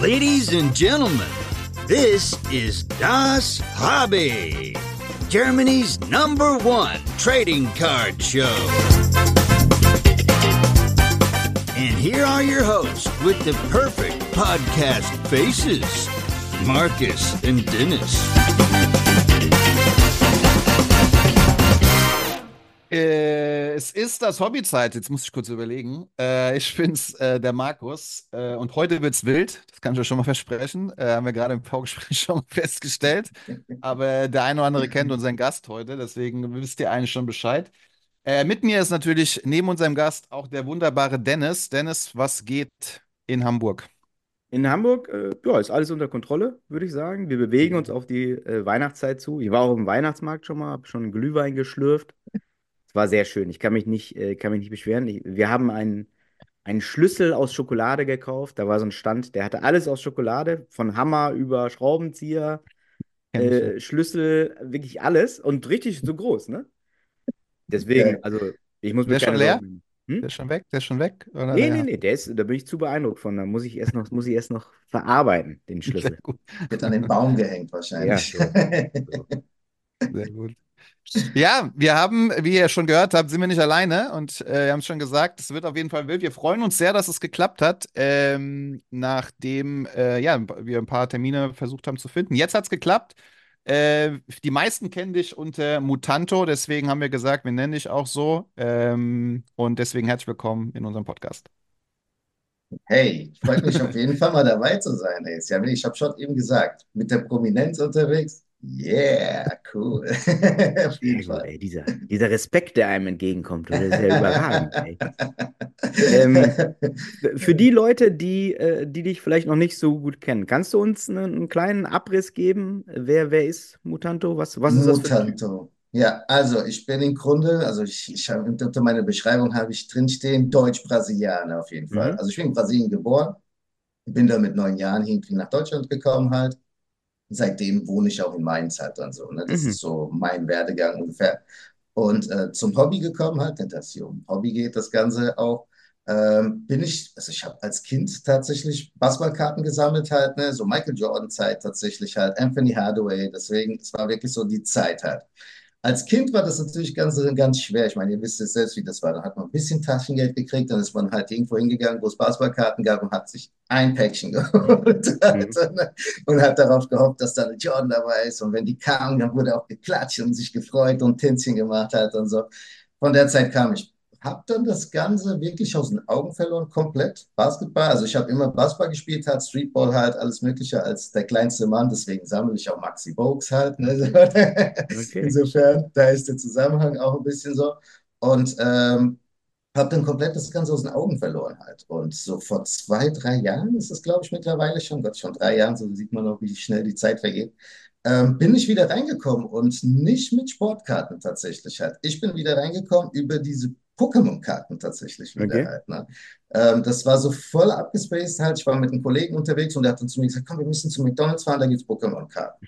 Ladies and gentlemen, this is Das Hobby, Germany's #1 trading card show. And here are your hosts with the perfect podcast faces, Marcus and Dennis. Es ist das Hobbyzeit. Jetzt muss ich kurz überlegen. Ich bin's, der Markus. Und heute wird's wild. Das kann ich euch schon mal versprechen. Haben wir gerade im Vorgespräch schon mal festgestellt. Aber der eine oder andere kennt unseren Gast heute. Deswegen wisst ihr eigentlich schon Bescheid. Mit mir ist natürlich neben unserem Gast auch der wunderbare Dennis. Dennis, was geht in Hamburg? In Hamburg, ja, ist alles unter Kontrolle, würde ich sagen. Wir bewegen uns auf die Weihnachtszeit zu. Ich war auch im Weihnachtsmarkt schon mal, habe schon Glühwein geschlürft. Es war sehr schön. Ich kann mich nicht beschweren. Wir haben einen Schlüssel aus Schokolade gekauft. Da war so ein Stand, der hatte alles aus Schokolade, von Hammer über Schraubenzieher, Kenn ich ja. Schlüssel, wirklich alles und richtig so groß, ne? Deswegen, Okay. also ich muss Der mir ist schon keine leer? Sorgen machen. Der ist schon weg? Der ist schon weg? Oder Nee, der nee, hat- nee, da bin ich zu beeindruckt von. Da muss ich erst noch verarbeiten, den Sehr Schlüssel. gut. Wird an den Baum gehängt Ja, wahrscheinlich. so. Sehr gut. Ja, wir haben, wie ihr schon gehört habt, sind wir nicht alleine und wir haben es schon gesagt, es wird auf jeden Fall wild. Wir freuen uns sehr, dass es geklappt hat, nachdem ja, wir ein paar Termine versucht haben zu finden. Jetzt hat es geklappt. Die meisten kennen dich unter Mutanto, deswegen haben wir gesagt, wir nennen dich auch so. Und deswegen herzlich willkommen in unserem Podcast. Hey, freut mich auf jeden Fall mal dabei zu sein. Ey. Ja, ich habe schon eben gesagt, mit der Prominenz unterwegs. Yeah, cool. Auf jeden Also, Fall. ey, dieser Respekt, der einem entgegenkommt, das ist ja überragend, ey. Ähm, für die Leute, die dich vielleicht noch nicht so gut kennen, kannst du uns einen kleinen Abriss geben? Wer ist Mutanto? Was ist das für ein Typ? Mutanto. Ja, also ich bin im Grunde, also ich habe unter meiner Beschreibung habe ich drinstehen, Deutsch-Brasilianer auf jeden Fall. Mhm. Also ich bin in Brasilien geboren, bin da mit 9 Jahren irgendwie nach Deutschland gekommen halt. Seitdem wohne ich auch in Mainz halt dann so. Ne? Das Mhm. ist so mein Werdegang ungefähr. Und zum Hobby gekommen halt, denn das hier um Hobby geht, das Ganze auch, also ich habe als Kind tatsächlich Basketballkarten gesammelt halt, ne? So Michael Jordan-Zeit tatsächlich halt, Anthony Hardaway, deswegen, es war wirklich so die Zeit halt. Als Kind war das natürlich ganz schwer. Ich meine, ihr wisst es selbst, wie das war. Da hat man ein bisschen Taschengeld gekriegt, dann ist man halt irgendwo hingegangen, wo es Basketballkarten gab und hat sich ein Päckchen geholt Mhm. und hat darauf gehofft, dass da eine Jordan dabei ist. Und wenn die kamen, dann wurde auch geklatscht und sich gefreut und Tänzchen gemacht hat und so. Von der Zeit kam ich. Hab dann das Ganze wirklich aus den Augen verloren, komplett. Basketball, also ich habe immer Basketball gespielt, halt Streetball halt, alles Mögliche als der kleinste Mann, deswegen sammle ich auch Maxi Bogues halt. Ne? Okay. Insofern, da ist der Zusammenhang auch ein bisschen so. Und habe dann komplett das Ganze aus den Augen verloren halt. Und so vor 2, 3 Jahren ist es, glaube ich, mittlerweile schon, Gott, schon 3 Jahren, so sieht man auch, wie schnell die Zeit vergeht, bin ich wieder reingekommen und nicht mit Sportkarten tatsächlich halt. Ich bin wieder reingekommen über diese Pokémon-Karten tatsächlich wieder Okay. halt. Ne? Das war so voll abgespaced halt. Ich war mit einem Kollegen unterwegs und der hat dann zu mir gesagt, komm, wir müssen zu McDonald's fahren, da gibt's Pokémon-Karten.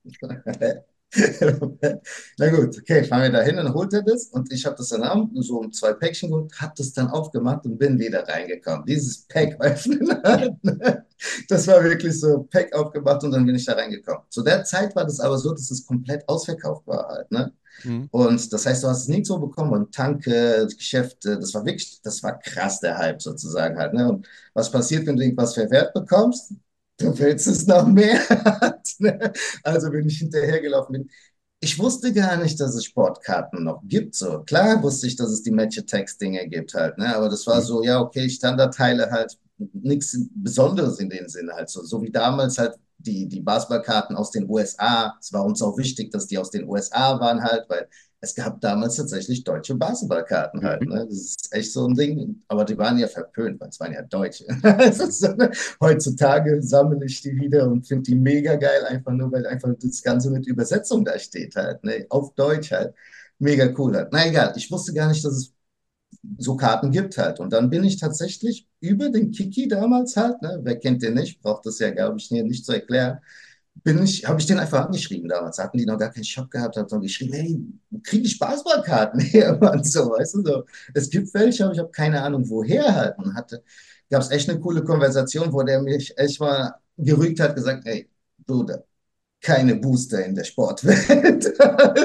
Na gut, okay, fahren wir da hin und holt er das und ich habe das dann auch so um 2 Päckchen geholt, habe das dann aufgemacht und bin wieder reingekommen. Dieses Pack öffnen, das war wirklich so Pack aufgemacht und dann bin ich da reingekommen. Zu der Zeit war das aber so, dass es komplett ausverkauft war halt, ne? Mhm. Und das heißt, du hast es nie so bekommen und Tanke, Geschäfte, das war wirklich, das war krass, der Hype sozusagen halt, ne? Und was passiert, wenn du irgendwas verwehrt bekommst? Du willst es noch mehr. Ne? Also bin ich hinterhergelaufen bin. Ich wusste gar nicht, dass es Sportkarten noch gibt. So klar wusste ich, dass es die Match-Attack-Dinge gibt halt, ne? Aber das war Mhm. so, ja, okay, Standardteile halt, nichts Besonderes in dem Sinne halt so. So wie damals halt die Basketballkarten aus den USA. Es war uns auch wichtig, dass die aus den USA waren halt, weil es gab damals tatsächlich deutsche Basketballkarten halt, Mhm. ne? Das ist echt so ein Ding. Aber die waren ja verpönt, weil es waren ja Deutsche. Das ist so, ne? Heutzutage sammle ich die wieder und finde die mega geil, einfach nur, weil einfach das Ganze mit Übersetzung da steht halt, ne? Auf Deutsch halt. Mega cool halt. Na egal, ich wusste gar nicht, dass es so Karten gibt halt. Und dann bin ich tatsächlich über den Kiki damals halt, ne? Wer kennt den nicht, braucht das ja, glaube ich, nicht zu erklären. Habe ich den einfach angeschrieben damals. Hatten die noch gar keinen Shop gehabt, habe dann geschrieben, hey, kriege ich Basketballkarten her, Mann, so, weißt du, so. Es gibt welche, aber ich habe keine Ahnung, woher halt. Und gab es echt eine coole Konversation, wo der mich echt mal gerügt hat, gesagt, ey, Bruder, keine Booster in der Sportwelt.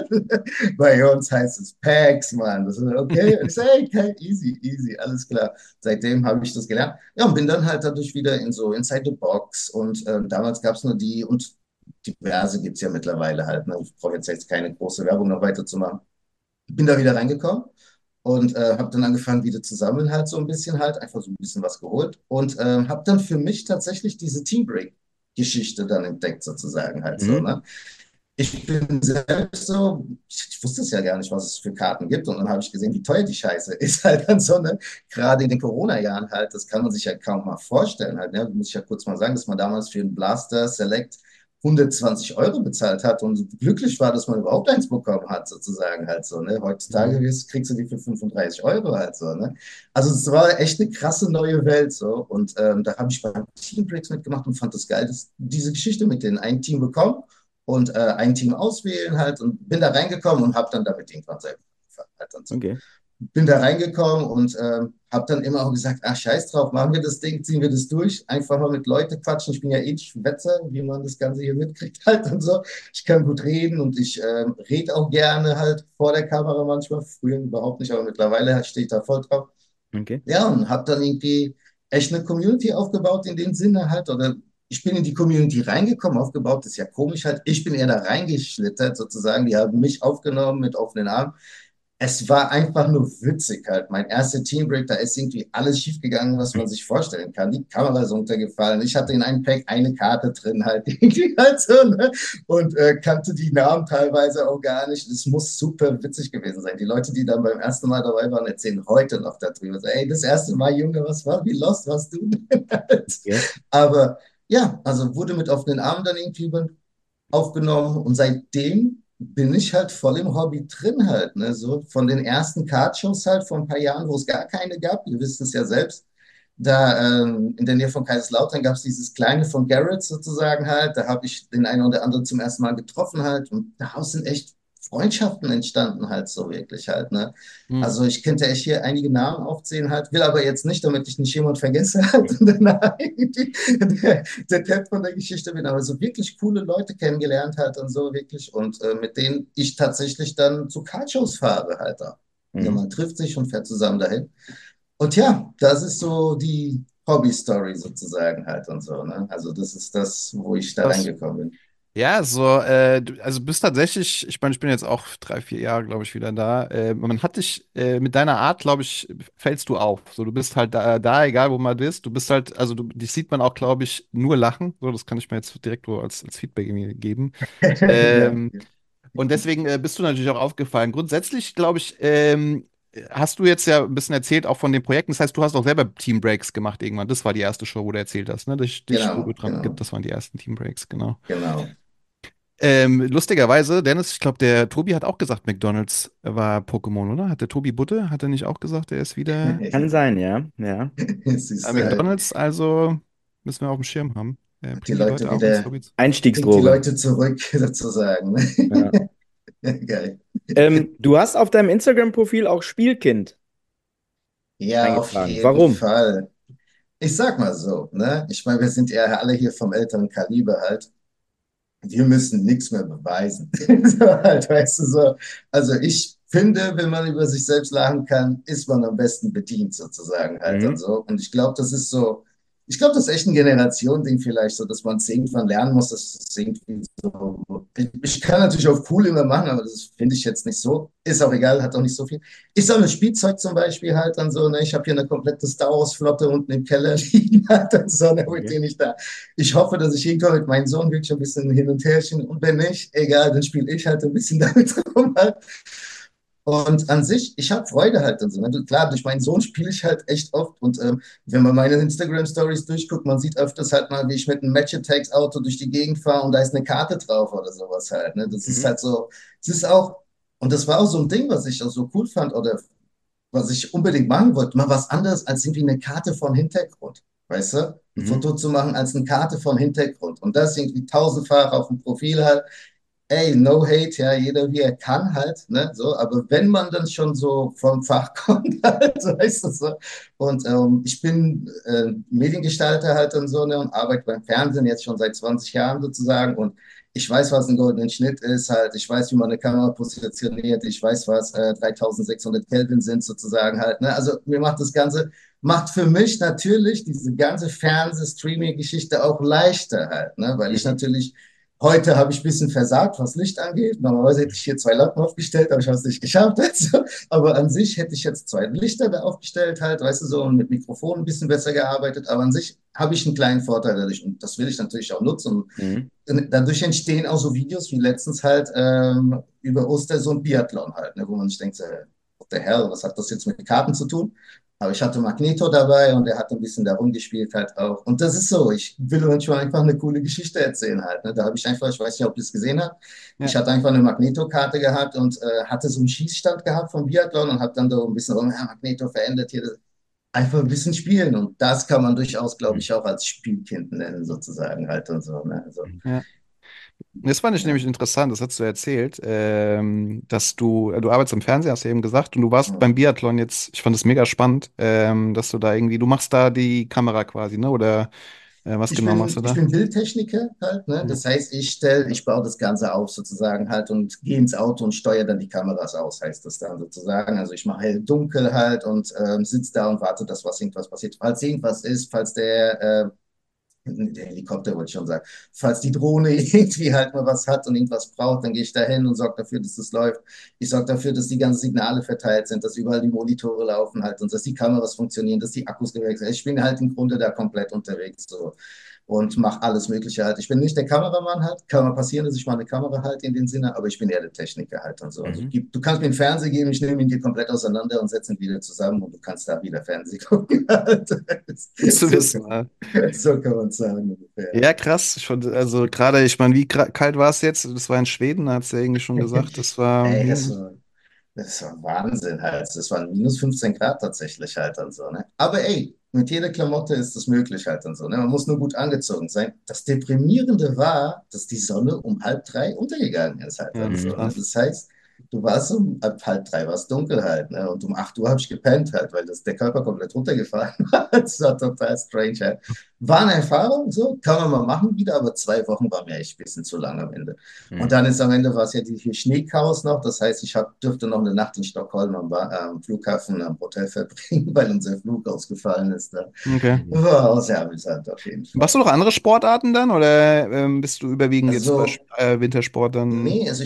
Bei uns heißt es Packs, Mann. Das ist okay. Und ich sage, hey, easy, easy, alles klar. Seitdem habe ich das gelernt. Ja, und bin dann halt dadurch wieder in so Inside the Box. Und damals gab es nur die und diverse gibt es ja mittlerweile halt. Ne? Ich brauche jetzt keine große Werbung noch weiterzumachen. Bin da wieder reingekommen und habe dann angefangen wieder zu sammeln halt so ein bisschen halt, einfach so ein bisschen was geholt und habe dann für mich tatsächlich diese Teambreak-Geschichte dann entdeckt sozusagen halt so, Mhm. ne? Ich bin selbst so, ich wusste es ja gar nicht, was es für Karten gibt und dann habe ich gesehen, wie teuer die Scheiße ist halt dann so, ne? Gerade in den Corona-Jahren halt, das kann man sich ja kaum mal vorstellen halt, ne? Muss ich ja kurz mal sagen, dass man damals für einen Blaster Select 120 € bezahlt hat und glücklich war, dass man überhaupt eins bekommen hat, sozusagen halt so. Ne? Heutzutage Mhm. kriegst du die für 35 € halt so. Ne? Also es war echt eine krasse neue Welt so. Und da habe ich beim Team Breaks mitgemacht und fand das geil, dass diese Geschichte mit denen ein Team bekommen und ein Team auswählen halt und bin da reingekommen und habe dann damit irgendwann selber angefangen halt und so Okay. bin da reingekommen und habe dann immer auch gesagt, ach scheiß drauf, machen wir das Ding, ziehen wir das durch, einfach mal mit Leuten quatschen. Ich bin ja eh Schwätzer, wie man das Ganze hier mitkriegt halt und so. Ich kann gut reden und ich rede auch gerne halt vor der Kamera manchmal, früher überhaupt nicht, aber mittlerweile stehe ich da voll drauf. Okay. Ja, und habe dann irgendwie echt eine Community aufgebaut in dem Sinne halt, oder ich bin in die Community reingekommen, aufgebaut ist ja komisch halt, ich bin eher da reingeschlittert sozusagen, die haben mich aufgenommen mit offenen Armen. Es war einfach nur witzig halt. Mein erster Teambreak, da ist irgendwie alles schiefgegangen, was man sich vorstellen kann. Die Kamera ist runtergefallen. Ich hatte in einem Pack eine Karte drin halt, irgendwie halt so, ne? Und kannte die Namen teilweise auch gar nicht. Es muss super witzig gewesen sein. Die Leute, die dann beim ersten Mal dabei waren, erzählen heute noch darüber. So, ey, das erste Mal, Junge, was war, wie lost warst du denn halt? Ja. Aber ja, also wurde mit offenen Armen dann irgendwie aufgenommen und seitdem bin ich halt voll im Hobby drin halt, ne? So von den ersten Kartshows halt vor ein paar Jahren, wo es gar keine gab, ihr wisst es ja selbst, da in der Nähe von Kaiserslautern gab es dieses kleine von Garrett sozusagen halt, da habe ich den einen oder anderen zum ersten Mal getroffen halt und daraus sind echt Freundschaften entstanden halt so wirklich halt, ne? Hm. Also ich könnte echt hier einige Namen aufzählen halt, will aber jetzt nicht, damit ich nicht jemand vergesse halt und danach der Teil von der Geschichte bin, aber so wirklich coole Leute kennengelernt halt und so wirklich und mit denen ich tatsächlich dann zu Kartshows fahre halt da. Ja, Mhm. man trifft sich und fährt zusammen dahin. Und ja, das ist so die Hobby-Story sozusagen halt und so, ne? Also das ist das, wo ich da Das, reingekommen bin. ja, so, also bist tatsächlich, ich meine, ich bin jetzt auch 3, 4 Jahre, glaube ich, wieder da. Man hat dich mit deiner Art, glaube ich, fällst du auf. So, du bist halt da, egal wo man bist. Du bist halt, also dich sieht man auch, glaube ich, nur lachen. So, das kann ich mir jetzt direkt so als Feedback irgendwie geben. Ja, Ähm, Und deswegen bist du natürlich auch aufgefallen. Grundsätzlich, glaube ich, hast du jetzt ja ein bisschen erzählt, auch von den Projekten. Das heißt, du hast auch selber Team Breaks gemacht irgendwann. Das war die erste Show, wo du erzählt hast, ne? Wo du genau, dran gibt, genau, das waren die ersten Team Breaks, genau. genau. Lustigerweise, Dennis, ich glaube, der Tobi hat auch gesagt, McDonald's war Pokémon, oder? Hat der Tobi Butte, hat er nicht auch gesagt, er ist wieder Kann sein, ja. Ja. Siehst du halt, McDonald's, also müssen wir auf dem Schirm haben. die Bring die Leute Leute auch ins wieder, Hobby. bringt die Einstiegsdroge. Leute zurück sozusagen. Ja. Geil. Du hast auf deinem Instagram-Profil auch Spielkind Ja, auf eingetragen. jeden Warum? Fall. Ich sag mal so, ne? Ich meine, wir sind ja alle hier vom älteren Kaliber halt. Wir müssen nichts mehr beweisen. So halt, weißt du so. Also ich finde, wenn man über sich selbst lachen kann, ist man am besten bedient sozusagen halt und Mhm. so. Und ich glaube, das ist so, ich glaube, das ist echt ein Generationending vielleicht so, dass man es irgendwann lernen muss, dass es irgendwie so. Ich kann natürlich auch cool immer machen, aber das finde ich jetzt nicht so. Ist auch egal, hat auch nicht so viel. Ich sammle Spielzeug zum Beispiel halt dann so, ne? Ich habe hier eine komplette Star Wars Flotte unten im Keller liegen halt und so, ne? Mit Okay. denen ich da ich hoffe, dass ich hinkomme mit meinem Sohn wirklich ein bisschen hin und herchen. Und wenn nicht, egal, dann spiele ich halt ein bisschen damit rum halt. Und an sich, ich habe Freude halt und so. Ne? Klar, durch meinen Sohn spiele ich halt echt oft. Und wenn man meine Instagram-Stories durchguckt, man sieht öfters halt mal, wie ich mit einem Match-Attacks-Auto durch die Gegend fahre und da ist eine Karte drauf oder sowas halt. Ne? Das ist Mhm. halt so, es ist auch, und das war auch so ein Ding, was ich auch so cool fand oder was ich unbedingt machen wollte, mal was anderes als irgendwie eine Karte vom Hintergrund. Weißt du? Ein Mhm. Foto zu machen als eine Karte vom Hintergrund. Und das irgendwie tausendfach auf dem Profil halt. ey, no hate, ja, jeder wie er kann halt, ne, so, aber wenn man dann schon so vom Fach kommt, halt, so heißt das so. Und ich bin Mediengestalter halt und so, ne, und arbeite beim Fernsehen jetzt schon seit 20 Jahren sozusagen und ich weiß, was ein goldenen Schnitt ist, halt, ich weiß, wie man eine Kamera positioniert, ich weiß, was 3600 Kelvin sind sozusagen halt, ne, also mir macht das Ganze, macht für mich natürlich diese ganze Fernseh-Streaming-Geschichte auch leichter halt, ne, weil ich Mhm. natürlich heute habe ich ein bisschen versagt, was Licht angeht. Normalerweise hätte ich hier zwei Lampen aufgestellt, aber ich habe es nicht geschafft. Also. Aber an sich hätte ich jetzt zwei Lichter da aufgestellt, halt, weißt du, so und mit Mikrofon ein bisschen besser gearbeitet. Aber an sich habe ich einen kleinen Vorteil dadurch und das will ich natürlich auch nutzen. Mhm. Und dadurch entstehen auch so Videos wie letztens halt über Oster so ein Biathlon halt, ne, wo man sich denkt, so, what the hell, was hat das jetzt mit Karten zu tun? Aber ich hatte Magneto dabei und er hat ein bisschen da rumgespielt halt auch. Und das ist so, ich will manchmal einfach eine coole Geschichte erzählen halt. Ne? Da habe ich einfach, ich weiß nicht, ob ihr es gesehen habt, ich Ja. hatte einfach eine Magneto-Karte gehabt und hatte so einen Schießstand gehabt vom Biathlon und habe dann da ein bisschen rum, ja, Magneto verändert hier, einfach ein bisschen spielen. Und das kann man durchaus, glaube ich, auch als Spielkind nennen, sozusagen halt und so. Ne? Also, Ja. Das fand ich ja. nämlich interessant, das hast du erzählt, dass du arbeitest im Fernsehen, hast du eben gesagt, und du warst beim Biathlon jetzt, ich fand das mega spannend, dass du da irgendwie, du machst da die Kamera quasi, ne? Oder was Ich genau machst bin, du ich da? bin Bildtechniker halt, ne? Ja. Das heißt, ich baue das Ganze auf sozusagen halt und gehe ins Auto und steuere dann die Kameras aus, heißt das dann sozusagen. Also ich mache hell dunkel halt und sitze da und warte, dass was irgendwas passiert. Falls irgendwas ist, falls der Helikopter wollte ich schon sagen. Falls die Drohne irgendwie halt mal was hat und irgendwas braucht, dann gehe ich da hin und sorge dafür, dass das läuft. Ich sorge dafür, dass die ganzen Signale verteilt sind, dass überall die Monitore laufen halt und dass die Kameras funktionieren, dass die Akkus gewechselt sind. Ich bin halt im Grunde da komplett unterwegs so und mache alles Mögliche halt. Ich bin nicht der Kameramann halt. Kann mal passieren, dass ich mal eine Kamera halt in dem Sinne, aber ich bin eher der Techniker halt und so. Also Mhm. du kannst mir einen Fernseher geben, ich nehme ihn dir komplett auseinander und setze ihn wieder zusammen und du kannst da wieder Fernsehen gucken. Halt. Gut zu So wissen, ja. so kann man sagen ungefähr. Ja, krass. Ich fand, also gerade, ich meine, wie kalt war es jetzt? Das war in Schweden, hat es ja irgendwie schon gesagt. Das war Ey, minus. das war Wahnsinn halt. Das waren minus 15 Grad tatsächlich halt und so, ne? Aber ey, mit jeder Klamotte ist das möglich halt und so, ne? Man muss nur gut angezogen sein. Das Deprimierende war, dass die Sonne um halb drei untergegangen ist halt Ja, und so, Mhm. ne? krass. Das heißt, du warst um halb drei, war es dunkel halt, ne? Und um 8 Uhr habe ich gepennt halt, weil der Körper komplett runtergefahren war. Das war total strange halt. War eine Erfahrung, so, kann man mal machen wieder, aber 2 Wochen war mir echt ein bisschen zu lang am Ende. Und Mhm. dann ist am Ende war es ja die Schneechaos noch. Das heißt, dürfte noch eine Nacht in Stockholm am Flughafen, am Hotel verbringen, weil unser Flug ausgefallen ist. Da. Okay. Mhm. War auch sehr amüsant auf jeden Machst Fall. du noch andere Sportarten dann oder bist du überwiegend jetzt Also, bei Wintersport dann? nee, also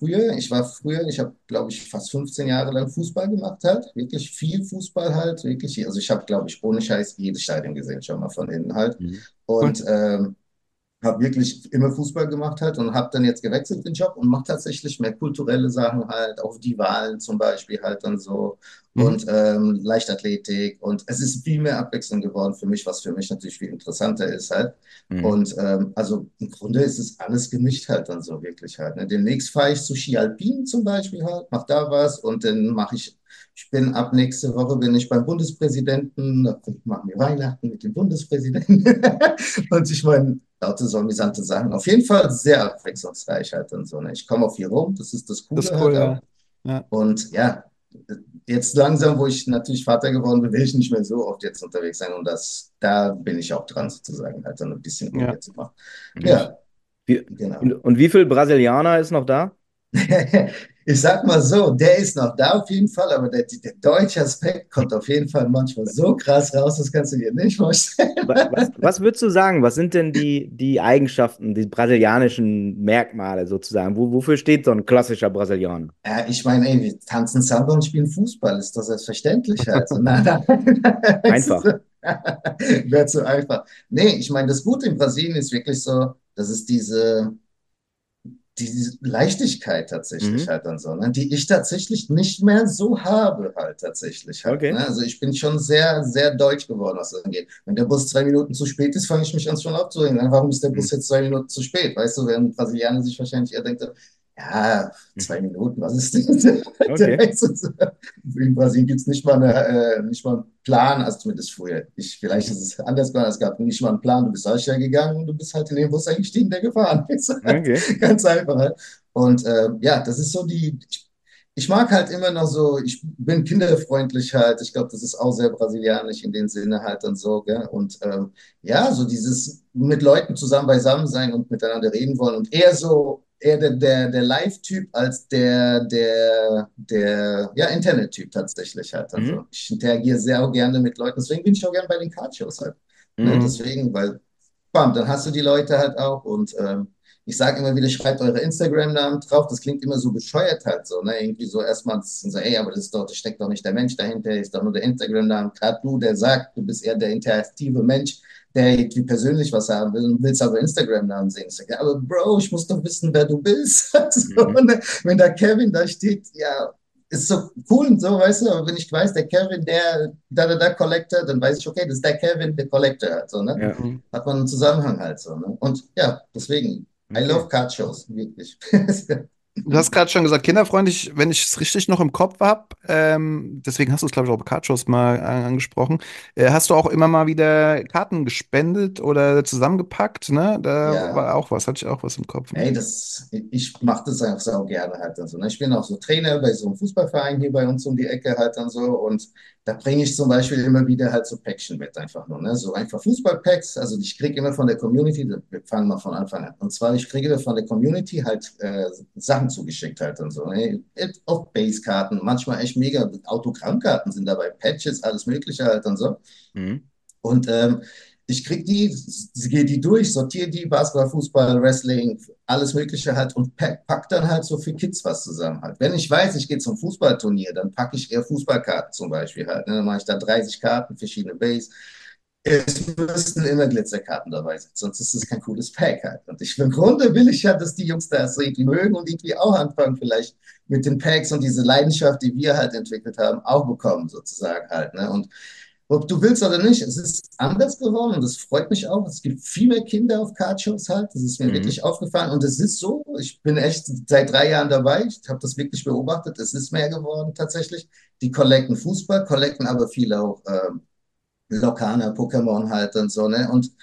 ich habe, glaube ich, fast 15 Jahre lang Fußball gemacht halt. Wirklich viel Fußball halt. Wirklich, also ich habe, glaube ich, ohne Scheiß jedes Stadion gesehen, schon mal von innen halt. Mhm. Cool. Und habe wirklich immer Fußball gemacht halt und habe dann jetzt gewechselt den Job und mache tatsächlich mehr kulturelle Sachen halt, auch die Wahlen zum Beispiel halt dann so Mhm. und Leichtathletik und es ist viel mehr Abwechslung geworden für mich, was für mich natürlich viel interessanter ist halt. Mhm. Und also im Grunde ist es alles gemischt halt dann so wirklich halt. Ne? Demnächst fahre ich zu Ski Alpin zum Beispiel halt, mache da was und dann ich bin ab nächste Woche bin ich beim Bundespräsidenten, da machen wir Weihnachten mit dem Bundespräsidenten. Und ich meine, lauter so amüsante Sachen. Auf jeden Fall sehr abwechslungsreich halt und so. Ne? Ich komme auf hier rum, das ist das Das Coole ist halt cool, auch. ja. Ja. Und ja, jetzt langsam, wo ich natürlich Vater geworden bin, will ich nicht mehr so oft jetzt unterwegs sein. Und da bin ich auch dran, sozusagen, halt dann ein bisschen Ja. ruhiger zu machen. Mhm. Ja, Wie, genau. und wie viel Brasilianer ist noch da? Ich sag mal so, der ist noch da auf jeden Fall, aber der deutsche Aspekt kommt auf jeden Fall manchmal so krass raus, das kannst du dir nicht vorstellen. Was würdest du sagen? Was sind denn die Eigenschaften, die brasilianischen Merkmale sozusagen? Wofür steht so ein klassischer Brasilianer? Ja, ich meine, ey, wir tanzen Samba und spielen Fußball, ist doch selbstverständlich halt. So, nein, nein, es ist Einfach. so, wäre zu einfach. Nee, ich meine, das Gute in Brasilien ist wirklich so, dass es diese Leichtigkeit tatsächlich Mhm. halt dann so, ne, die ich tatsächlich nicht mehr so habe halt tatsächlich halt. Okay. Ne? Also ich bin schon sehr, sehr deutsch geworden, was das angeht. Wenn der Bus 2 Minuten zu spät ist, fange ich mich an schon aufzuregen. Warum ist der Mhm. Bus jetzt 2 Minuten zu spät? Weißt du, während ein Brasilianer sich wahrscheinlich eher denkt, Ja, Hm. 2 Minuten, was ist das? Okay. In Brasilien gibt es nicht mal einen Plan, also zumindest früher. Vielleicht ist es anders geworden, es gab nicht mal einen Plan, du bist aussteigen gegangen und du bist halt in den Bus eingestiegen, der gefahren ist. Halt Okay. ganz einfach. Halt. Und ja, das ist so ich mag halt immer noch so, ich bin kinderfreundlich halt, ich glaube, das ist auch sehr brasilianisch in dem Sinne halt und so, gell? Und ja, so dieses mit Leuten zusammen beisammen sein und miteinander reden wollen und eher der Live-Typ als der ja, Internet-Typ tatsächlich halt. Mhm. Also ich interagiere sehr gerne mit Leuten, deswegen bin ich auch gerne bei den Card-Shows halt. Ne? Mhm. Mhm. Deswegen, weil, bam, dann hast du die Leute halt auch und ich sage immer wieder, schreibt eure Instagram-Namen drauf. Das klingt immer so bescheuert halt so, ne? Irgendwie so erstmal so, ey, aber das steckt doch nicht der Mensch dahinter, ist doch nur der Instagram-Name. Gerade du, der sagt, du bist eher der interaktive Mensch, der irgendwie persönlich was haben will und willst aber Instagram-Namen sehen. Ich sage, ja, aber Bro, ich muss doch wissen, wer du bist. So, Mhm. ne? Wenn da Kevin da steht, ja, ist so cool und so, weißt du, aber wenn ich weiß, der Kevin, der da Collector, dann weiß ich, okay, das ist der Kevin, der Collector halt so, ne? Ja, Mhm. Hat man einen Zusammenhang halt so, ne? Und ja, deswegen, I okay. love card shows, wirklich. Du hast gerade schon gesagt, kinderfreundlich, wenn ich es richtig noch im Kopf habe, deswegen hast du es, glaube ich, auch bei Cardshows mal angesprochen, hast du auch immer mal wieder Karten gespendet oder zusammengepackt, ne? Da Ja, war auch was, hatte ich auch was im Kopf, ne? ey, ich mache das einfach so gerne halt dann so. Ne? Ich bin auch so Trainer bei so einem Fußballverein hier bei uns um die Ecke halt dann so und da bringe ich zum Beispiel immer wieder halt so Päckchen mit einfach nur, ne? So einfach Fußballpacks. Also ich kriege immer von der Community, wir fangen mal von Anfang an. Und zwar, ich kriege immer von der Community halt Sachen zugeschickt halt dann so. Ne? Auch Basekarten, manchmal echt mega Autogrammkarten sind dabei, Patches, alles Mögliche halt dann so. Mhm. Und ich kriege gehe die durch, sortiere die, Basketball, Fußball, Wrestling, alles Mögliche halt und pack dann halt so für Kids was zusammen halt. Wenn ich weiß, ich gehe zum Fußballturnier, dann packe ich eher Fußballkarten zum Beispiel halt. Ne? Dann mache ich da 30 Karten, verschiedene Base. Es müssten immer Glitzerkarten dabei sein, sonst ist es kein cooles Pack halt. Und im Grunde will ich ja, dass die Jungs das irgendwie mögen und irgendwie auch anfangen, vielleicht mit den Packs und diese Leidenschaft, die wir halt entwickelt haben, auch bekommen, sozusagen halt. Ne? Und ob du willst oder nicht, es ist anders geworden und das freut mich auch. Es gibt viel mehr Kinder auf Cardshows halt. Das ist mir Mhm. wirklich aufgefallen und es ist so, ich bin echt seit 3 Jahren dabei. Ich habe das wirklich beobachtet. Es ist mehr geworden tatsächlich. Die collecten Fußball, collecten aber viel auch Lokana, Pokémon halt und so, ne? Und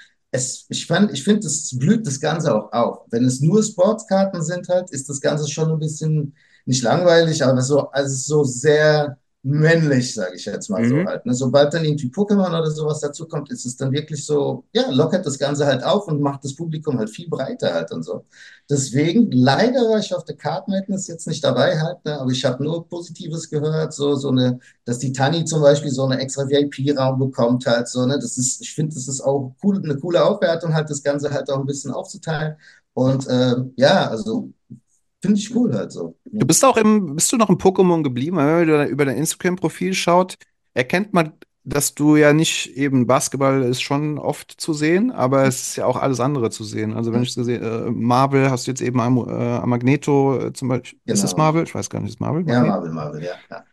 ich finde, es blüht das Ganze auch auf. Wenn es nur Sportskarten sind halt, ist das Ganze schon ein bisschen nicht langweilig, aber so, also so sehr männlich, sage ich jetzt mal so Mhm. halt. Ne? Sobald dann irgendwie Pokémon oder sowas dazu kommt, ist es dann wirklich so, ja, lockert das Ganze halt auf und macht das Publikum halt viel breiter halt und so. Deswegen, leider war ich auf der Card Madness jetzt nicht dabei halt, ne? Aber ich habe nur Positives gehört, so eine dass die Tani zum Beispiel so eine extra VIP-Raum bekommt halt so, ne? Ich finde, das ist auch cool, eine coole Aufwertung halt, das Ganze halt auch ein bisschen aufzuteilen. Und ja, also finde ich cool halt so. Du Ne? bist bist du noch im Pokémon geblieben? Wenn man über dein Instagram-Profil schaut, erkennt man, dass du ja nicht eben Basketball ist schon oft zu sehen, aber es ist ja auch alles andere zu sehen. Also wenn ich gesehen, Marvel hast du jetzt eben am Magneto zum Beispiel. Ist es Genau. Marvel? Ich weiß gar nicht, ist es Marvel? Ja, Magneto? Marvel, ja. Ja.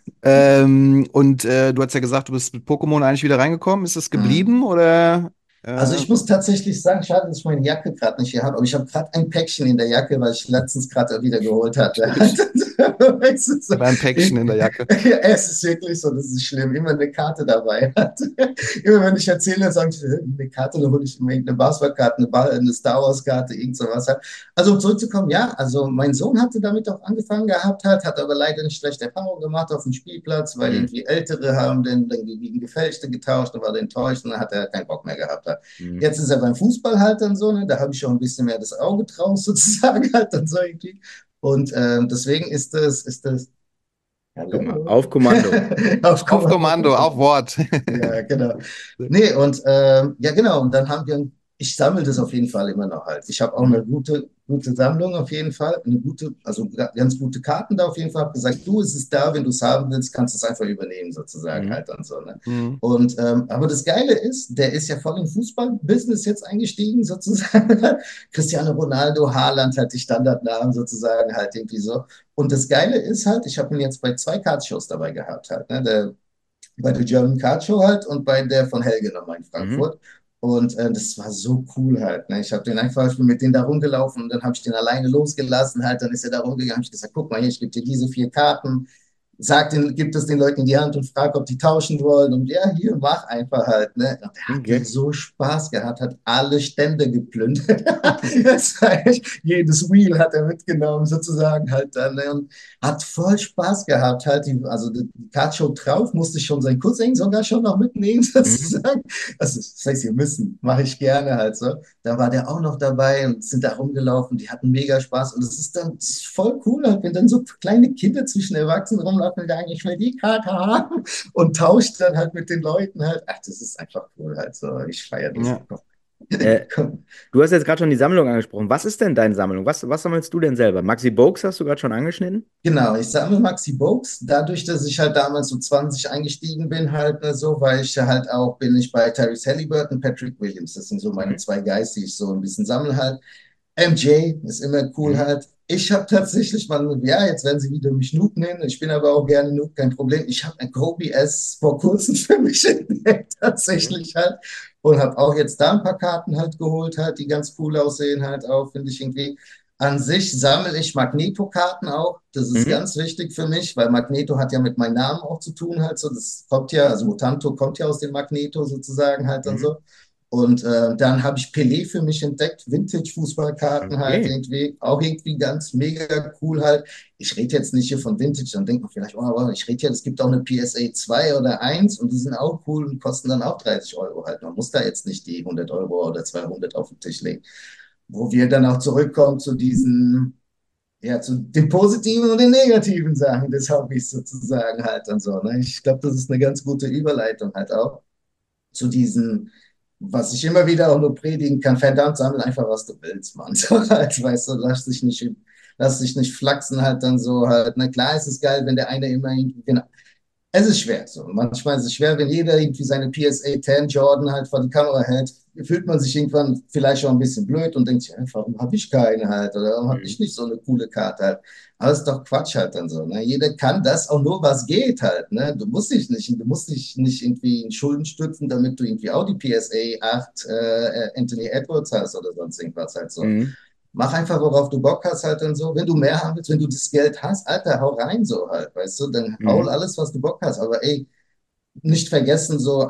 Und du hast ja gesagt, du bist mit Pokémon eigentlich wieder reingekommen. Ist es Mhm. geblieben oder? Also Äh, ich muss tatsächlich sagen, schade, dass ich meine Jacke gerade nicht hier habe, aber ich habe gerade ein Päckchen in der Jacke, weil ich letztens gerade wieder geholt hatte. Es ist so, Beim Päckchen in der Jacke. es ist wirklich so, das ist schlimm, immer eine Karte dabei hat. Immer wenn ich erzähle, dann sage ich, eine Karte, dann hole ich immer eine Basketballkarte, eine Star Wars Karte, irgend sowas halt. Also um zurückzukommen, ja, also mein Sohn hatte damit auch angefangen gehabt, hat aber leider nicht schlechte Erfahrungen gemacht auf dem Spielplatz, weil Mhm. irgendwie Ältere haben dann gegen Gefälschte getauscht und war dann enttäuscht und dann hat er keinen Bock mehr gehabt. Halt. Mhm. Jetzt ist er beim Fußball halt dann so, ne? Da habe ich schon ein bisschen mehr das Auge drauf sozusagen halt dann so irgendwie. Und deswegen ist das, Guck mal, hallo, auf Kommando. auf Auf Kommando, Kommando. auf Wort. Ja, genau. Nee, und ja, genau. Und dann ich sammle das auf jeden Fall immer noch halt. Ich habe auch Mhm. eine gute Sammlung auf jeden Fall. Also ganz gute Karten da auf jeden Fall. Habe gesagt, du, es ist da, wenn du es haben willst, kannst du es einfach übernehmen, sozusagen Mhm. halt dann so. Ne? Mhm. Und aber das Geile ist, der ist ja voll im Fußball-Business jetzt eingestiegen, sozusagen. Cristiano Ronaldo, Haaland hat die Standardnamen sozusagen halt irgendwie so. Und das Geile ist halt, ich habe ihn jetzt bei 2 Card-Shows dabei gehabt halt. Ne? Bei der German Card Show halt und bei der von Helge nochmal in Mhm. Frankfurt. Und das war so cool halt. Ne? Ich habe den einfach, ich bin mit denen da rumgelaufen und dann habe ich den alleine losgelassen halt. Dann ist er da rumgegangen, habe ich gesagt, guck mal hier, ich gebe dir diese 4 Karten. Gibt es den Leuten in die Hand und frag, ob die tauschen wollen. Und ja, hier, mach einfach halt. Ne? Und der hatte Okay. so Spaß gehabt, hat alle Stände geplündert. Das heißt, jedes Wheel hat er mitgenommen, sozusagen halt dann. Ne? Und hat voll Spaß gehabt halt. Also die Kartshow drauf musste ich schon sein Cousin sogar schon noch mitnehmen, Mhm. sozusagen. Also, das heißt, ihr müssen, mache ich gerne halt so. Da war der auch noch dabei und sind da rumgelaufen, die hatten mega Spaß und das ist voll cool, halt, wenn dann so kleine Kinder zwischen Erwachsenen rumlaufen und sagen, ich will die Karte haben und tauscht dann halt mit den Leuten halt. Ach, das ist einfach cool halt so. Ich feiere das. Ja. Äh, Du hast jetzt gerade schon die Sammlung angesprochen. Was ist denn deine Sammlung? Was sammelst du denn selber? Maxi Bogues hast du gerade schon angeschnitten? Genau, ich sammle Maxi Bogues, dadurch, dass ich halt damals so 20 eingestiegen bin, halt ne, so, weil ich halt auch, bin ich bei Tyrese Halliburton, Patrick Williams, das sind so meine Mhm. 2 Guys, die ich so ein bisschen sammle halt. MJ ist immer cool Mhm. halt. Ich habe tatsächlich mal, ja, jetzt werden sie wieder mich Noob nennen. Ich bin aber auch gerne Noob, kein Problem. Ich habe ein Kobe S vor kurzem für mich entdeckt, Mhm. tatsächlich halt. Und habe auch jetzt da ein paar Karten halt geholt, halt, die ganz cool aussehen, halt auch, finde ich irgendwie. An sich sammle ich Magneto-Karten auch. Das ist Mhm. ganz wichtig für mich, weil Magneto hat ja mit meinem Namen auch zu tun, halt so. Das kommt ja, also Mutanto kommt ja aus dem Magneto sozusagen halt dann Mhm. so. Und dann habe ich Pelé für mich entdeckt, Vintage-Fußballkarten halt Okay. irgendwie, auch irgendwie ganz mega cool halt. Ich rede jetzt nicht hier von Vintage, dann denkt man vielleicht, oh, aber ich rede ja, es gibt auch eine PSA 2 oder 1 und die sind auch cool und kosten dann auch 30 € halt. Man muss da jetzt nicht die 100 € oder 200 auf den Tisch legen. Wo wir dann auch zurückkommen zu diesen, ja, zu den positiven und den negativen Sachen des Hobbys sozusagen halt und so. Ne? Ich glaube, das ist eine ganz gute Überleitung halt auch zu diesen, was ich immer wieder auch nur predigen kann, verdammt, sammel einfach, was du willst, Mann. So halt, weißt du, lass dich nicht flachsen halt dann so halt. Na klar ist es geil, wenn der eine immer irgendwie, genau, es ist schwer. So. Manchmal ist es schwer, wenn jeder irgendwie seine PSA 10 Jordan halt vor die Kamera hält, fühlt man sich irgendwann vielleicht schon ein bisschen blöd und denkt sich, warum habe ich keine halt oder warum habe Mhm. ich nicht so eine coole Karte halt. Aber das ist doch Quatsch halt dann so. Ne? Jeder kann das auch nur, was geht halt. Ne? Du musst dich nicht irgendwie in Schulden stützen, damit du irgendwie auch die PSA 8 Anthony Edwards hast oder sonst irgendwas halt so. Mhm. Mach einfach, worauf du Bock hast, halt dann so. Wenn du mehr haben willst, wenn du das Geld hast, Alter, hau rein so halt, weißt du, dann hau Mhm. alles, was du Bock hast. Aber ey, nicht vergessen, so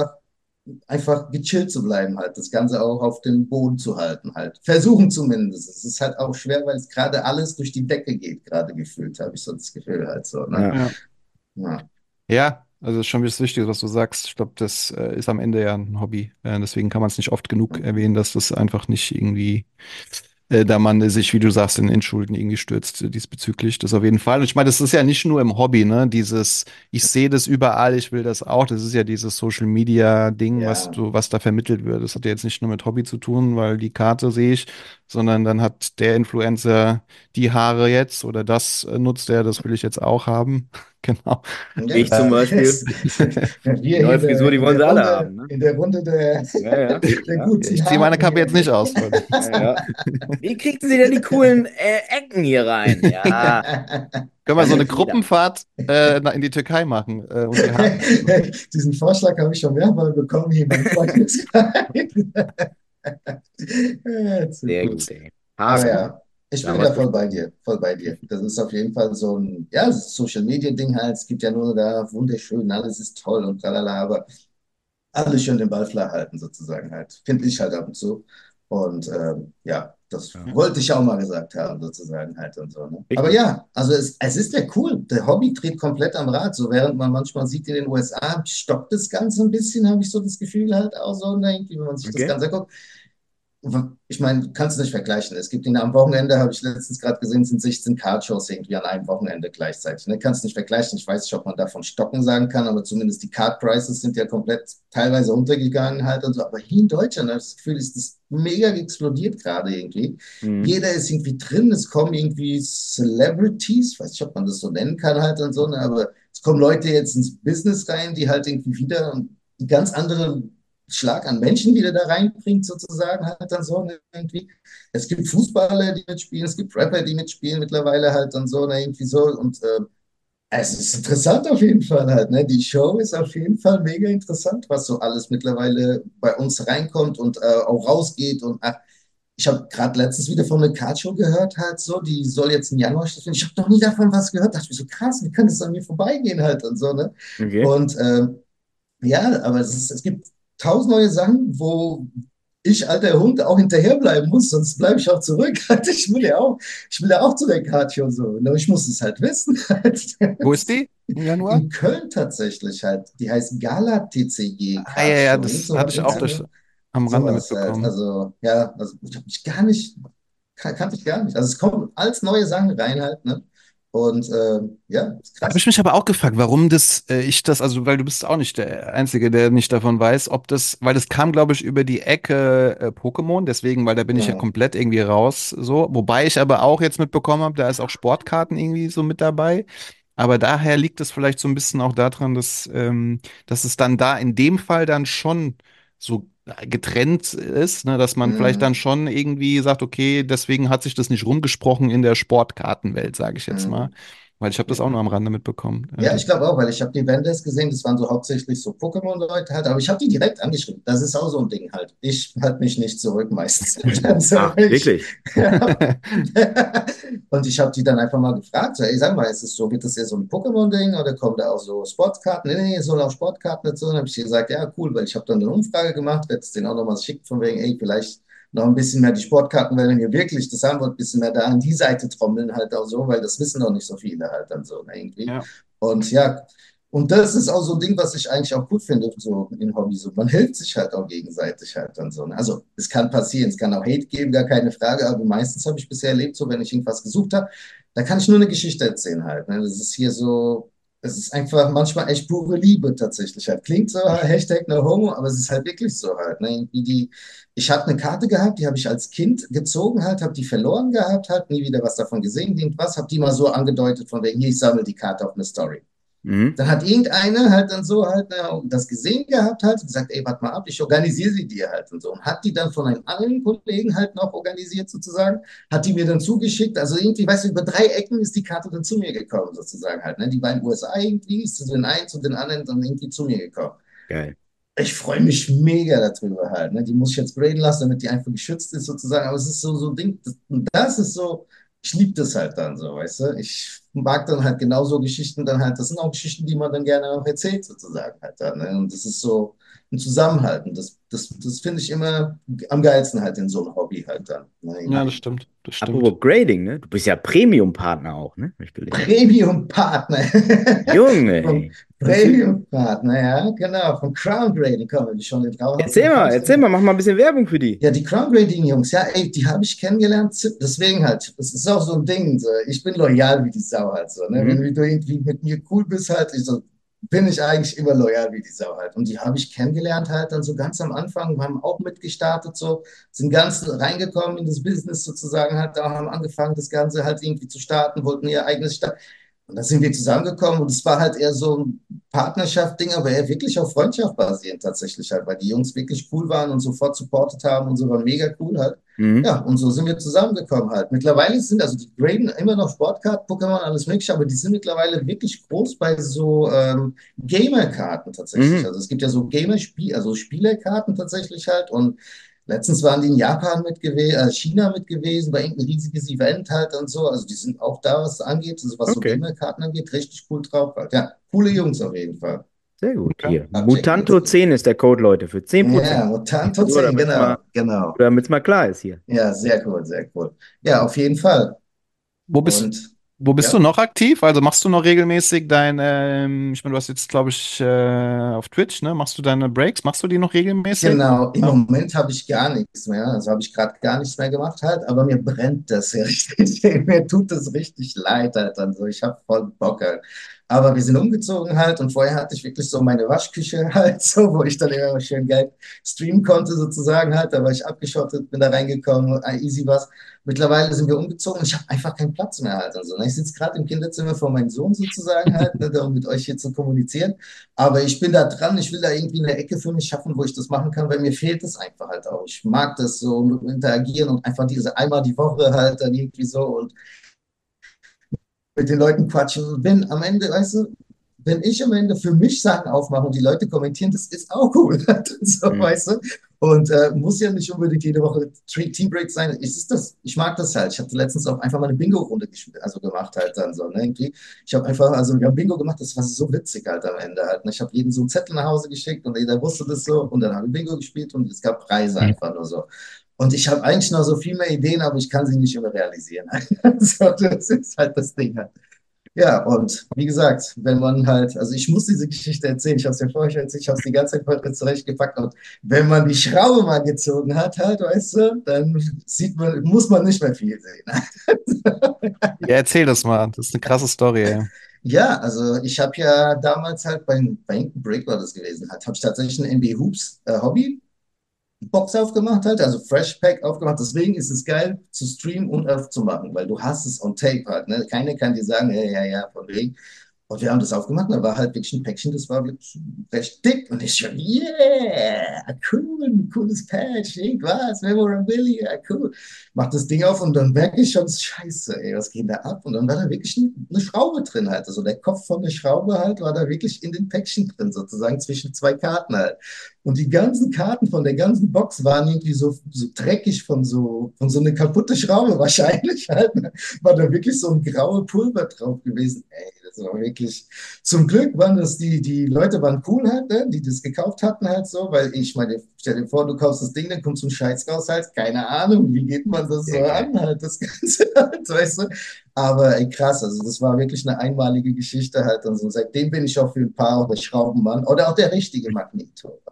einfach gechillt zu bleiben halt, das Ganze auch auf dem Boden zu halten halt. Versuchen zumindest. Es ist halt auch schwer, weil es gerade alles durch die Decke geht, gerade gefühlt, habe ich so das Gefühl halt so, ne? Ja. Ja. Ja. Ja, also ist schon das Wichtige, was du sagst. Ich glaube, das ist am Ende ja ein Hobby. Deswegen kann man es nicht oft genug erwähnen, dass das einfach nicht irgendwie da man sich, wie du sagst, in Schulden irgendwie stürzt diesbezüglich. Das auf jeden Fall. Und ich meine, das ist ja nicht nur im Hobby, ne? Dieses, ich sehe das überall, ich will das auch. Das ist ja dieses Social Media Ding, Ja. was da vermittelt wird. Das hat ja jetzt nicht nur mit Hobby zu tun, weil die Karte sehe ich, sondern dann hat der Influencer die Haare jetzt oder das nutzt er, das will ich jetzt auch haben. Genau. Ja, Ich zum Äh, Beispiel. wir Die hier neue Frisur, die wollen sie alle haben, ne? In der Runde Ja, ja. der Ja. guten Ich ziehe meine Haare Kappe hier. jetzt nicht aus, Leute. Ja, ja. Wie kriegen Sie denn die coolen Ecken hier rein? Ja, Können wir kann so eine nicht jeder. Gruppenfahrt in die Türkei machen und die Haare. Diesen Vorschlag habe ich schon mehrmal bekommen hier in meinem Freundeskreis. Ja, zu Sehr gut. gut, ey. Aber Haare, ne? ja, ich Da haben bin wir da es besprochen. voll bei dir. Das ist auf jeden Fall so ein, ja, Social Media Ding halt. Es gibt ja nur da wunderschön, alles ist toll und tralala, aber alles schön den Ball flach halten sozusagen halt. Finde ich halt ab und zu. Und ja, das Ja. wollte ich auch mal gesagt haben sozusagen halt und so. Ne? Aber Richtig. ja, also es ist ja cool. Der Hobby dreht komplett am Rad. So während man manchmal sieht in den USA, stockt das Ganze ein bisschen, habe ich so das Gefühl halt auch so, ne, irgendwie, wenn man sich das Okay. Ganze anguckt. Ich meine, du kannst es nicht vergleichen. Es gibt ihn am Wochenende, habe ich letztens gerade gesehen, sind 16 Card-Shows irgendwie an einem Wochenende gleichzeitig. Ne? Kannst nicht vergleichen. Ich weiß nicht, ob man davon stocken sagen kann, aber zumindest die Card-Prices sind ja komplett teilweise untergegangen halt und so. Aber hier in Deutschland habe ich das Gefühl, ist das mega explodiert gerade irgendwie. Mhm. Jeder ist irgendwie drin. Es kommen irgendwie Celebrities, weiß nicht, ob man das so nennen kann halt und so, ne? Aber es kommen Leute jetzt ins Business rein, die halt irgendwie wieder eine ganz andere Schlag an Menschen wieder da reinbringt, sozusagen, halt dann so ne, irgendwie. Es gibt Fußballer, die mitspielen, es gibt Rapper, die mitspielen mittlerweile halt dann so, ne, irgendwie so. Und Es ist interessant auf jeden Fall halt, ne? Die Show ist auf jeden Fall mega interessant, was so alles mittlerweile bei uns reinkommt und auch rausgeht. Und ach, ich habe gerade letztens wieder von einer Card-Show gehört, halt so, die soll jetzt im Januar stattfinden. Ich habe noch nie davon was gehört. Dachte mir so krass, wie kann das an mir vorbeigehen halt und so, ne? Okay. Und ja, aber es gibt tausend neue Sachen, wo ich, alter Hund, auch hinterherbleiben muss, sonst bleibe ich auch zurück. Halt, ich will ja auch zu der Karte und so. Nur ich muss es halt wissen. Halt. Wo ist die im Januar? In Köln tatsächlich halt. Die heißt Gala TCG Ah, ja, Card ja, Show. Irgend das hatte sowas ich in auch der durch Art. am Rande Sowas halt. mitbekommen. Also, ja, also ich habe mich gar nicht, kannte ich gar nicht. Also es kommen als neue Sachen rein halt, ne? Und ja, ist Da habe ich krass. mich aber auch gefragt, warum also, weil du bist auch nicht der Einzige, der nicht davon weiß, weil das kam, glaube ich, über die Ecke Pokémon, deswegen, weil da bin ich ja Ja. komplett irgendwie raus, so. Wobei ich aber auch jetzt mitbekommen habe, da ist auch Sportkarten irgendwie so mit dabei. Aber daher liegt es vielleicht so ein bisschen auch daran, dass es dann da in dem Fall dann schon so getrennt ist, ne, dass man vielleicht dann Mhm. schon irgendwie sagt, okay, deswegen hat sich das nicht rumgesprochen in der Sportkartenwelt, sage ich jetzt mal. Mhm. Weil ich habe das auch Ja. nur am Rande mitbekommen. Ja, ich glaube auch, weil ich habe die Vendors gesehen, das waren so hauptsächlich so Pokémon-Leute halt, aber ich habe die direkt angeschrieben. Das ist auch so ein Ding halt. Ich halte mich nicht zurück meistens. Also Ach, ich, wirklich? ja. Und ich habe die dann einfach mal gefragt, so, ey, sag mal, ist es so, wird das eher so ein Pokémon-Ding oder kommen da auch so Sportkarten? Nee, es soll auch Sportkarten dazu. Und dann habe ich gesagt, ja, cool, weil ich habe dann eine Umfrage gemacht, werde es denen auch nochmal schicken, von wegen, ey, vielleicht noch ein bisschen mehr die Sportkarten, weil wenn ihr wirklich das haben wollt, ein bisschen mehr da an die Seite trommeln halt auch so, weil das wissen noch nicht so viele halt dann so, ne, irgendwie. Ja. Und ja, und das ist auch so ein Ding, was ich eigentlich auch gut finde, so in Hobby. So, man hilft sich halt auch gegenseitig halt dann so. Ne? Also es kann passieren, es kann auch Hate geben, gar keine Frage, aber meistens habe ich bisher erlebt, so wenn ich irgendwas gesucht habe, da kann ich nur eine Geschichte erzählen halt. Ne? Das ist hier so, es ist einfach manchmal echt pure Liebe tatsächlich halt. Klingt so, Hashtag no homo, aber es ist halt wirklich so halt. Ne? Irgendwie ich habe eine Karte gehabt, die habe ich als Kind gezogen halt, habe die verloren gehabt, halt nie wieder was davon gesehen, irgendwas, habe die mal so angedeutet von wegen, hier, ich sammle die Karte auf eine Story. Mhm. Dann hat irgendeiner halt dann so halt das gesehen gehabt halt und gesagt, ey, warte mal ab, ich organisiere sie dir halt und so. Und hat die dann von einem anderen Kollegen halt noch organisiert sozusagen, hat die mir dann zugeschickt. Also irgendwie, weißt du, über 3 Ecken ist die Karte dann zu mir gekommen sozusagen halt. Ne? Die war in den USA irgendwie, ist zu den einen, zu den anderen dann irgendwie zu mir gekommen. Geil. Ich freue mich mega darüber halt. Ne? Die muss ich jetzt graden lassen, damit die einfach geschützt ist sozusagen. Aber es ist so ein Ding, das ist so, ich liebe das halt dann so, weißt du? Ich mag dann halt genauso Geschichten dann halt, das sind auch Geschichten, die man dann gerne auch erzählt sozusagen halt dann. Ne? Und das ist so ein Zusammenhalten. Das finde ich immer am geilsten halt in so einem Hobby halt dann. Ne? Ja, das Irgendwie. stimmt. Das stimmt. Apropos Grading, ne? Du bist ja Premium-Partner auch, ne? Hab ich gelesen. Premium-Partner. Junge, Vom ey. Das ist ja- Premium-Partner, ja, genau. Vom Crown Grading kommen wir schon. Den hast du den Erzähl mal, mach mal ein bisschen Werbung für die. Ja, die Crown Grading Jungs, ja, ey, die habe ich kennengelernt, deswegen halt, das ist auch so ein Ding, so. Ich bin loyal wie die Sau halt so, ne? Wenn Mhm. du irgendwie mit mir cool bist halt, bin ich eigentlich immer loyal wie die Sau halt. Und die habe ich kennengelernt halt dann so ganz am Anfang, haben auch mitgestartet so, sind ganz reingekommen in das Business sozusagen halt, da haben angefangen, das Ganze halt irgendwie zu starten, wollten ihr eigenes Start. Und da sind wir zusammengekommen und es war halt eher so ein Partnerschaft-Ding, aber eher wirklich auf Freundschaft basierend tatsächlich halt, weil die Jungs wirklich cool waren und sofort supportet haben und so war mega cool halt. Mhm. Ja, und so sind wir zusammengekommen halt. Mittlerweile sind, also die graden immer noch Sportkarten, Pokémon, alles mögliche, aber die sind mittlerweile wirklich groß bei so Gamer-Karten tatsächlich. Mhm. Also es gibt ja so Gamer-Spiel, also Spielerkarten tatsächlich halt und letztens waren die in Japan mit gewesen, China mit gewesen, bei irgendein riesiges Event halt und so. Also die sind auch da, was angeht, also was so Okay, Gamer-Karten angeht, richtig cool drauf halt. Ja, coole Jungs auf jeden Fall. sehr gut. Okay. Hier. Abchecken Mutanto müsst ihr. 10 ist der Code, Leute, für 10%. Ja, Mutanto Nur 10, damit es mal, genau, genau. mal klar ist hier. Ja, sehr cool, sehr cool. Ja, auf jeden Fall. Wo bist, Und wo bist du ja. noch aktiv? Also machst du noch regelmäßig ich meine, du hast jetzt, glaube ich, auf Twitch, ne? Machst du deine Breaks? Machst du die noch regelmäßig? Genau, im Ja. Moment habe ich gar nichts mehr. Also habe ich gerade gar nichts mehr gemacht halt, aber mir brennt das ja richtig. Mir tut das richtig leid halt dann so. Ich habe voll Bock halt. Aber wir sind umgezogen halt und vorher hatte ich wirklich so meine Waschküche halt so, wo ich dann immer schön geil streamen konnte sozusagen halt. Da war ich abgeschottet, bin da reingekommen, easy was. Mittlerweile sind wir umgezogen und ich habe einfach keinen Platz mehr halt und so. Ich sitze gerade im Kinderzimmer von meinem Sohn sozusagen halt, ne, um mit euch hier zu kommunizieren. Aber ich bin da dran, ich will da irgendwie eine Ecke für mich schaffen, wo ich das machen kann, weil mir fehlt es einfach halt auch. Ich mag das so mit dem Interagieren und einfach diese einmal die Woche halt dann irgendwie so und mit den Leuten quatschen. Und wenn am Ende, weißt du, wenn ich am Ende für mich Sachen aufmache und die Leute kommentieren, das ist auch cool. So, Mhm. weißt du? Und muss ja nicht unbedingt jede Woche Teambreak sein. Ich mag das halt. Ich hatte letztens auch einfach mal eine Bingo-Runde also gemacht halt dann so. Ne? Irgendwie. Ich habe einfach, also wir haben Bingo gemacht, das war so witzig halt am Ende halt. Ne? Ich habe jedem so einen Zettel nach Hause geschickt und jeder wusste das so. Und dann haben wir Bingo gespielt und es gab Preise einfach nur so. Und ich habe eigentlich noch so viel mehr Ideen, aber ich kann sie nicht immer realisieren. So, das ist halt das Ding halt. Ja, und wie gesagt, wenn man halt, also ich muss diese Geschichte erzählen, ich habe es ja vorher schon erzählt, ich habe es die ganze Zeit vorher zurechtgepackt und wenn man die Schraube mal gezogen hat, halt, weißt du, dann muss man nicht mehr viel sehen. Ja, erzähl das mal. Das ist eine krasse Story, ey. Ja, also ich habe ja damals halt bei Inken Break war das gewesen, halt, habe ich tatsächlich ein NBA Hoops Hobby Box aufgemacht halt, also Fresh Pack aufgemacht. Deswegen ist es geil zu streamen und aufzumachen, weil du hast es on tape halt. Ne? Keiner kann dir sagen, ja, ja, ja, von wegen. Und wir haben das aufgemacht und da war halt wirklich ein Päckchen, das war wirklich recht dick. Und ich schon, yeah, cool, ein cooles Patch, irgendwas, Memorabilia, cool. Mach das Ding auf und dann merke ich schon, scheiße, ey, was geht da ab? Und dann war da wirklich eine Schraube drin halt. Also der Kopf von der Schraube halt war da wirklich in den Päckchen drin, sozusagen zwischen zwei Karten halt. Und die ganzen Karten von der ganzen Box waren irgendwie so dreckig von so einer kaputte Schraube wahrscheinlich halt. Ne? War da wirklich so ein graue Pulver drauf gewesen. Ey, das war wirklich. Zum Glück waren das die Leute waren cool halt, ne? Die das gekauft hatten halt so, weil ich meine, stell dir vor, du kaufst das Ding, dann kommt so ein Scheiß raus halt, keine Ahnung, wie geht man das so Sehr geil. an halt, das Ganze halt, weißt du? Aber ey, krass, also das war wirklich eine einmalige Geschichte halt und so. Seitdem bin ich auch für ein paar auch der Schraubenmann oder auch der richtige Magneto.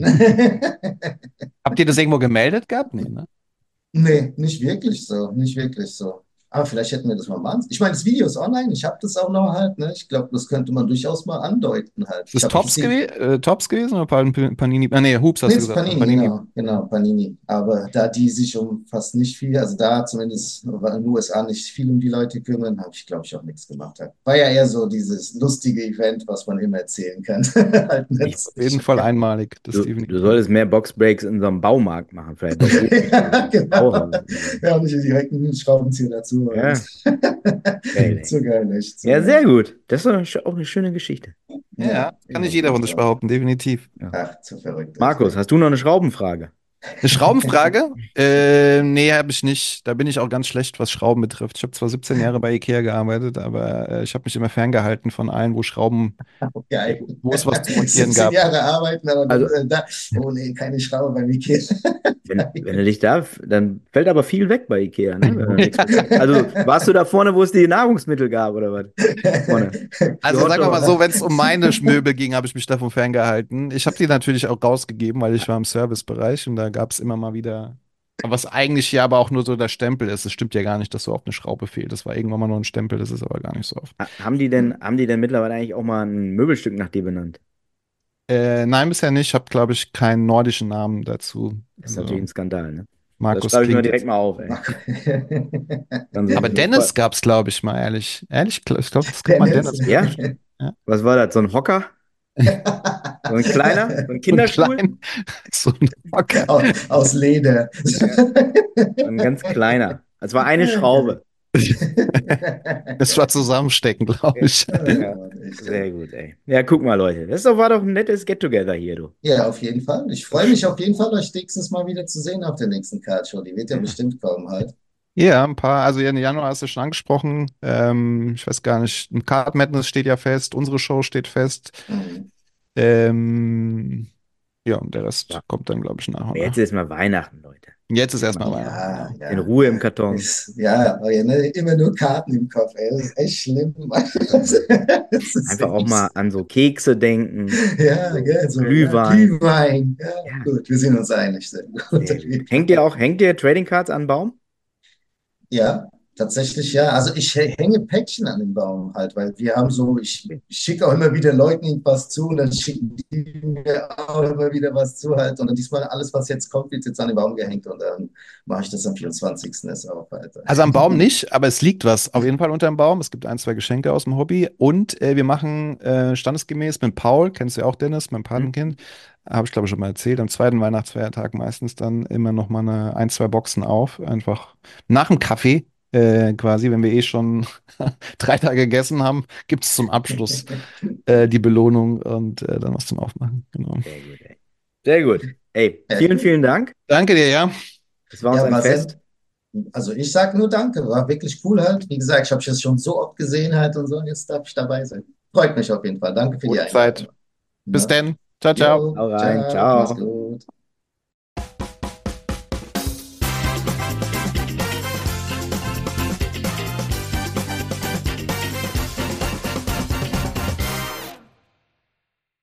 Habt ihr das irgendwo gemeldet gehabt? Nee, ne? Nee, nicht wirklich so, nicht wirklich so. Aber vielleicht hätten wir das mal machen. Ich meine, das Video ist online, ich habe das auch noch halt, ne? Ich glaube, das könnte man durchaus mal andeuten halt. Ist Ich das habe nicht den. Tops gewesen oder Panini? Ah, nee, Hoops Nee, hast du das ist gesagt. Panini, Panini. genau, Panini. Aber da die sich um fast nicht viel, also da zumindest in den USA nicht viel um die Leute kümmern, habe ich, glaube ich, auch nichts gemacht. Halt. War ja eher so dieses lustige Event, was man immer erzählen kann. Halt Ich, Auf jeden Fall einmalig, das du definitiv. solltest mehr Boxbreaks in so einem Baumarkt machen, vielleicht bei Ja, genau. Bauhaus. Ja, und nicht direkt einen Schraubenzieher dazu. Halt. Ja, geil, ey. Zu geil, echt. Zu Ja, sehr geil. gut. Das ist doch auch eine schöne Geschichte. Ja, Ja, kann auf nicht jeder jeden von sich Fall. behaupten, definitiv. Ja. Ach, zu verrückt, echt. Markus, hast du noch eine Schraubenfrage? Eine Schraubenfrage? Nee, habe ich nicht. Da bin ich auch ganz schlecht, was Schrauben betrifft. Ich habe zwar 17 Jahre bei IKEA gearbeitet, aber ich habe mich immer ferngehalten von allen, Geil. wo es was zu montieren 17 gab. Jahre arbeiten, aber dann Also, oh nee, keine Schraube beim Ikea. wenn du dich darf, dann fällt aber viel weg bei Ikea, ne? Wenn man nichts also, warst du da vorne, wo es die Nahrungsmittel gab, oder was? Vorne. Also sagen wir mal so, Hotdog. wenn es um meine Möbel ging, habe ich mich davon ferngehalten. Ich habe die natürlich auch rausgegeben, weil ich war im Servicebereich und da gab es immer mal wieder, was eigentlich ja aber auch nur so der Stempel ist. Es stimmt ja gar nicht, dass so oft eine Schraube fehlt. Das war irgendwann mal nur ein Stempel, das ist aber gar nicht so oft. Haben die denn mittlerweile eigentlich auch mal ein Möbelstück nach dir benannt? Nein, bisher nicht. Ich habe, glaube ich, keinen nordischen Namen dazu. Das ist natürlich Also ein Skandal, ne? Das Markus schreibe ich mir klingt direkt jetzt. mal auf, ey. Dann Aber so. Dennis gab es, glaube ich, mal ehrlich. Ehrlich, ich glaube, es gab mal Dennis. Dennis. Ja? Ja. Was war das? So ein Hocker? So ein kleiner? So ein So ein Kinderstuhl? klein, so ein Hocker. Aus Leder. So ein ganz kleiner. Es war eine Schraube. Das war zusammenstecken, glaube ich. Ja, sehr gut, ey. Ja, guck mal, Leute. War doch ein nettes Get-Together hier, du. Ja, auf jeden Fall. Ich freue mich auf jeden Fall, euch nächstes Mal wieder zu sehen auf der nächsten Card Show. Die wird ja bestimmt kommen halt. Ja, ein paar, also ja, im Januar hast du schon angesprochen. Ich weiß gar nicht, ein Card Madness steht ja fest, unsere Show steht fest. Mhm. Ja, und der Rest Ja. kommt dann, glaube ich, nach und Aber jetzt nach. ist mal Weihnachten, Leute. Jetzt ist erstmal Ja. Weihnachten. Ja, In ja. Ruhe im Karton. Ja, aber ja, ne, immer nur Karten im Kopf, ey. Das ist echt schlimm. Das ist Einfach auch wirklich mal an so Kekse denken. ja, so gell, so, Glühwein. Ja, Glühwein. Ja, Ja. gut, wir sind uns einig. Sehr gut. Sehr gut. Hängt ihr Trading Cards an den Baum? Ja, tatsächlich ja. Also ich hänge Päckchen an den Baum halt, weil wir haben so, ich schicke auch immer wieder Leuten irgendwas zu und dann schicken die mir auch immer wieder was zu halt. Und dann diesmal alles, was jetzt kommt, wird jetzt an den Baum gehängt und dann mache ich das am 24. ist auch weiter. Also am Baum nicht, aber es liegt was auf jeden Fall unter dem Baum. Es gibt ein, zwei Geschenke aus dem Hobby und wir machen standesgemäß mit Paul, kennst du ja auch Dennis, mein Patenkind, habe ich glaube ich schon mal erzählt, am zweiten Weihnachtsfeiertag meistens dann immer noch mal ein, zwei Boxen auf, einfach nach dem Kaffee. quasi, wenn wir eh schon 3 Tage gegessen haben, gibt es zum Abschluss die Belohnung und dann was zum Aufmachen. Genau. Sehr gut, ey. Sehr gut. Ey, Ja, vielen, gut. vielen Dank. Danke dir, ja. Es war uns Ja, ein war Fest. also ich sag nur Danke, war wirklich cool halt. Wie gesagt, ich habe das schon so oft gesehen halt und so, und jetzt darf ich dabei sein. Freut mich auf jeden Fall. Danke für die Gute Zeit. Einladung. Bis Ne? dann. Ciao, ciao. Jo, Hau rein. ciao, mach's Ciao. gut.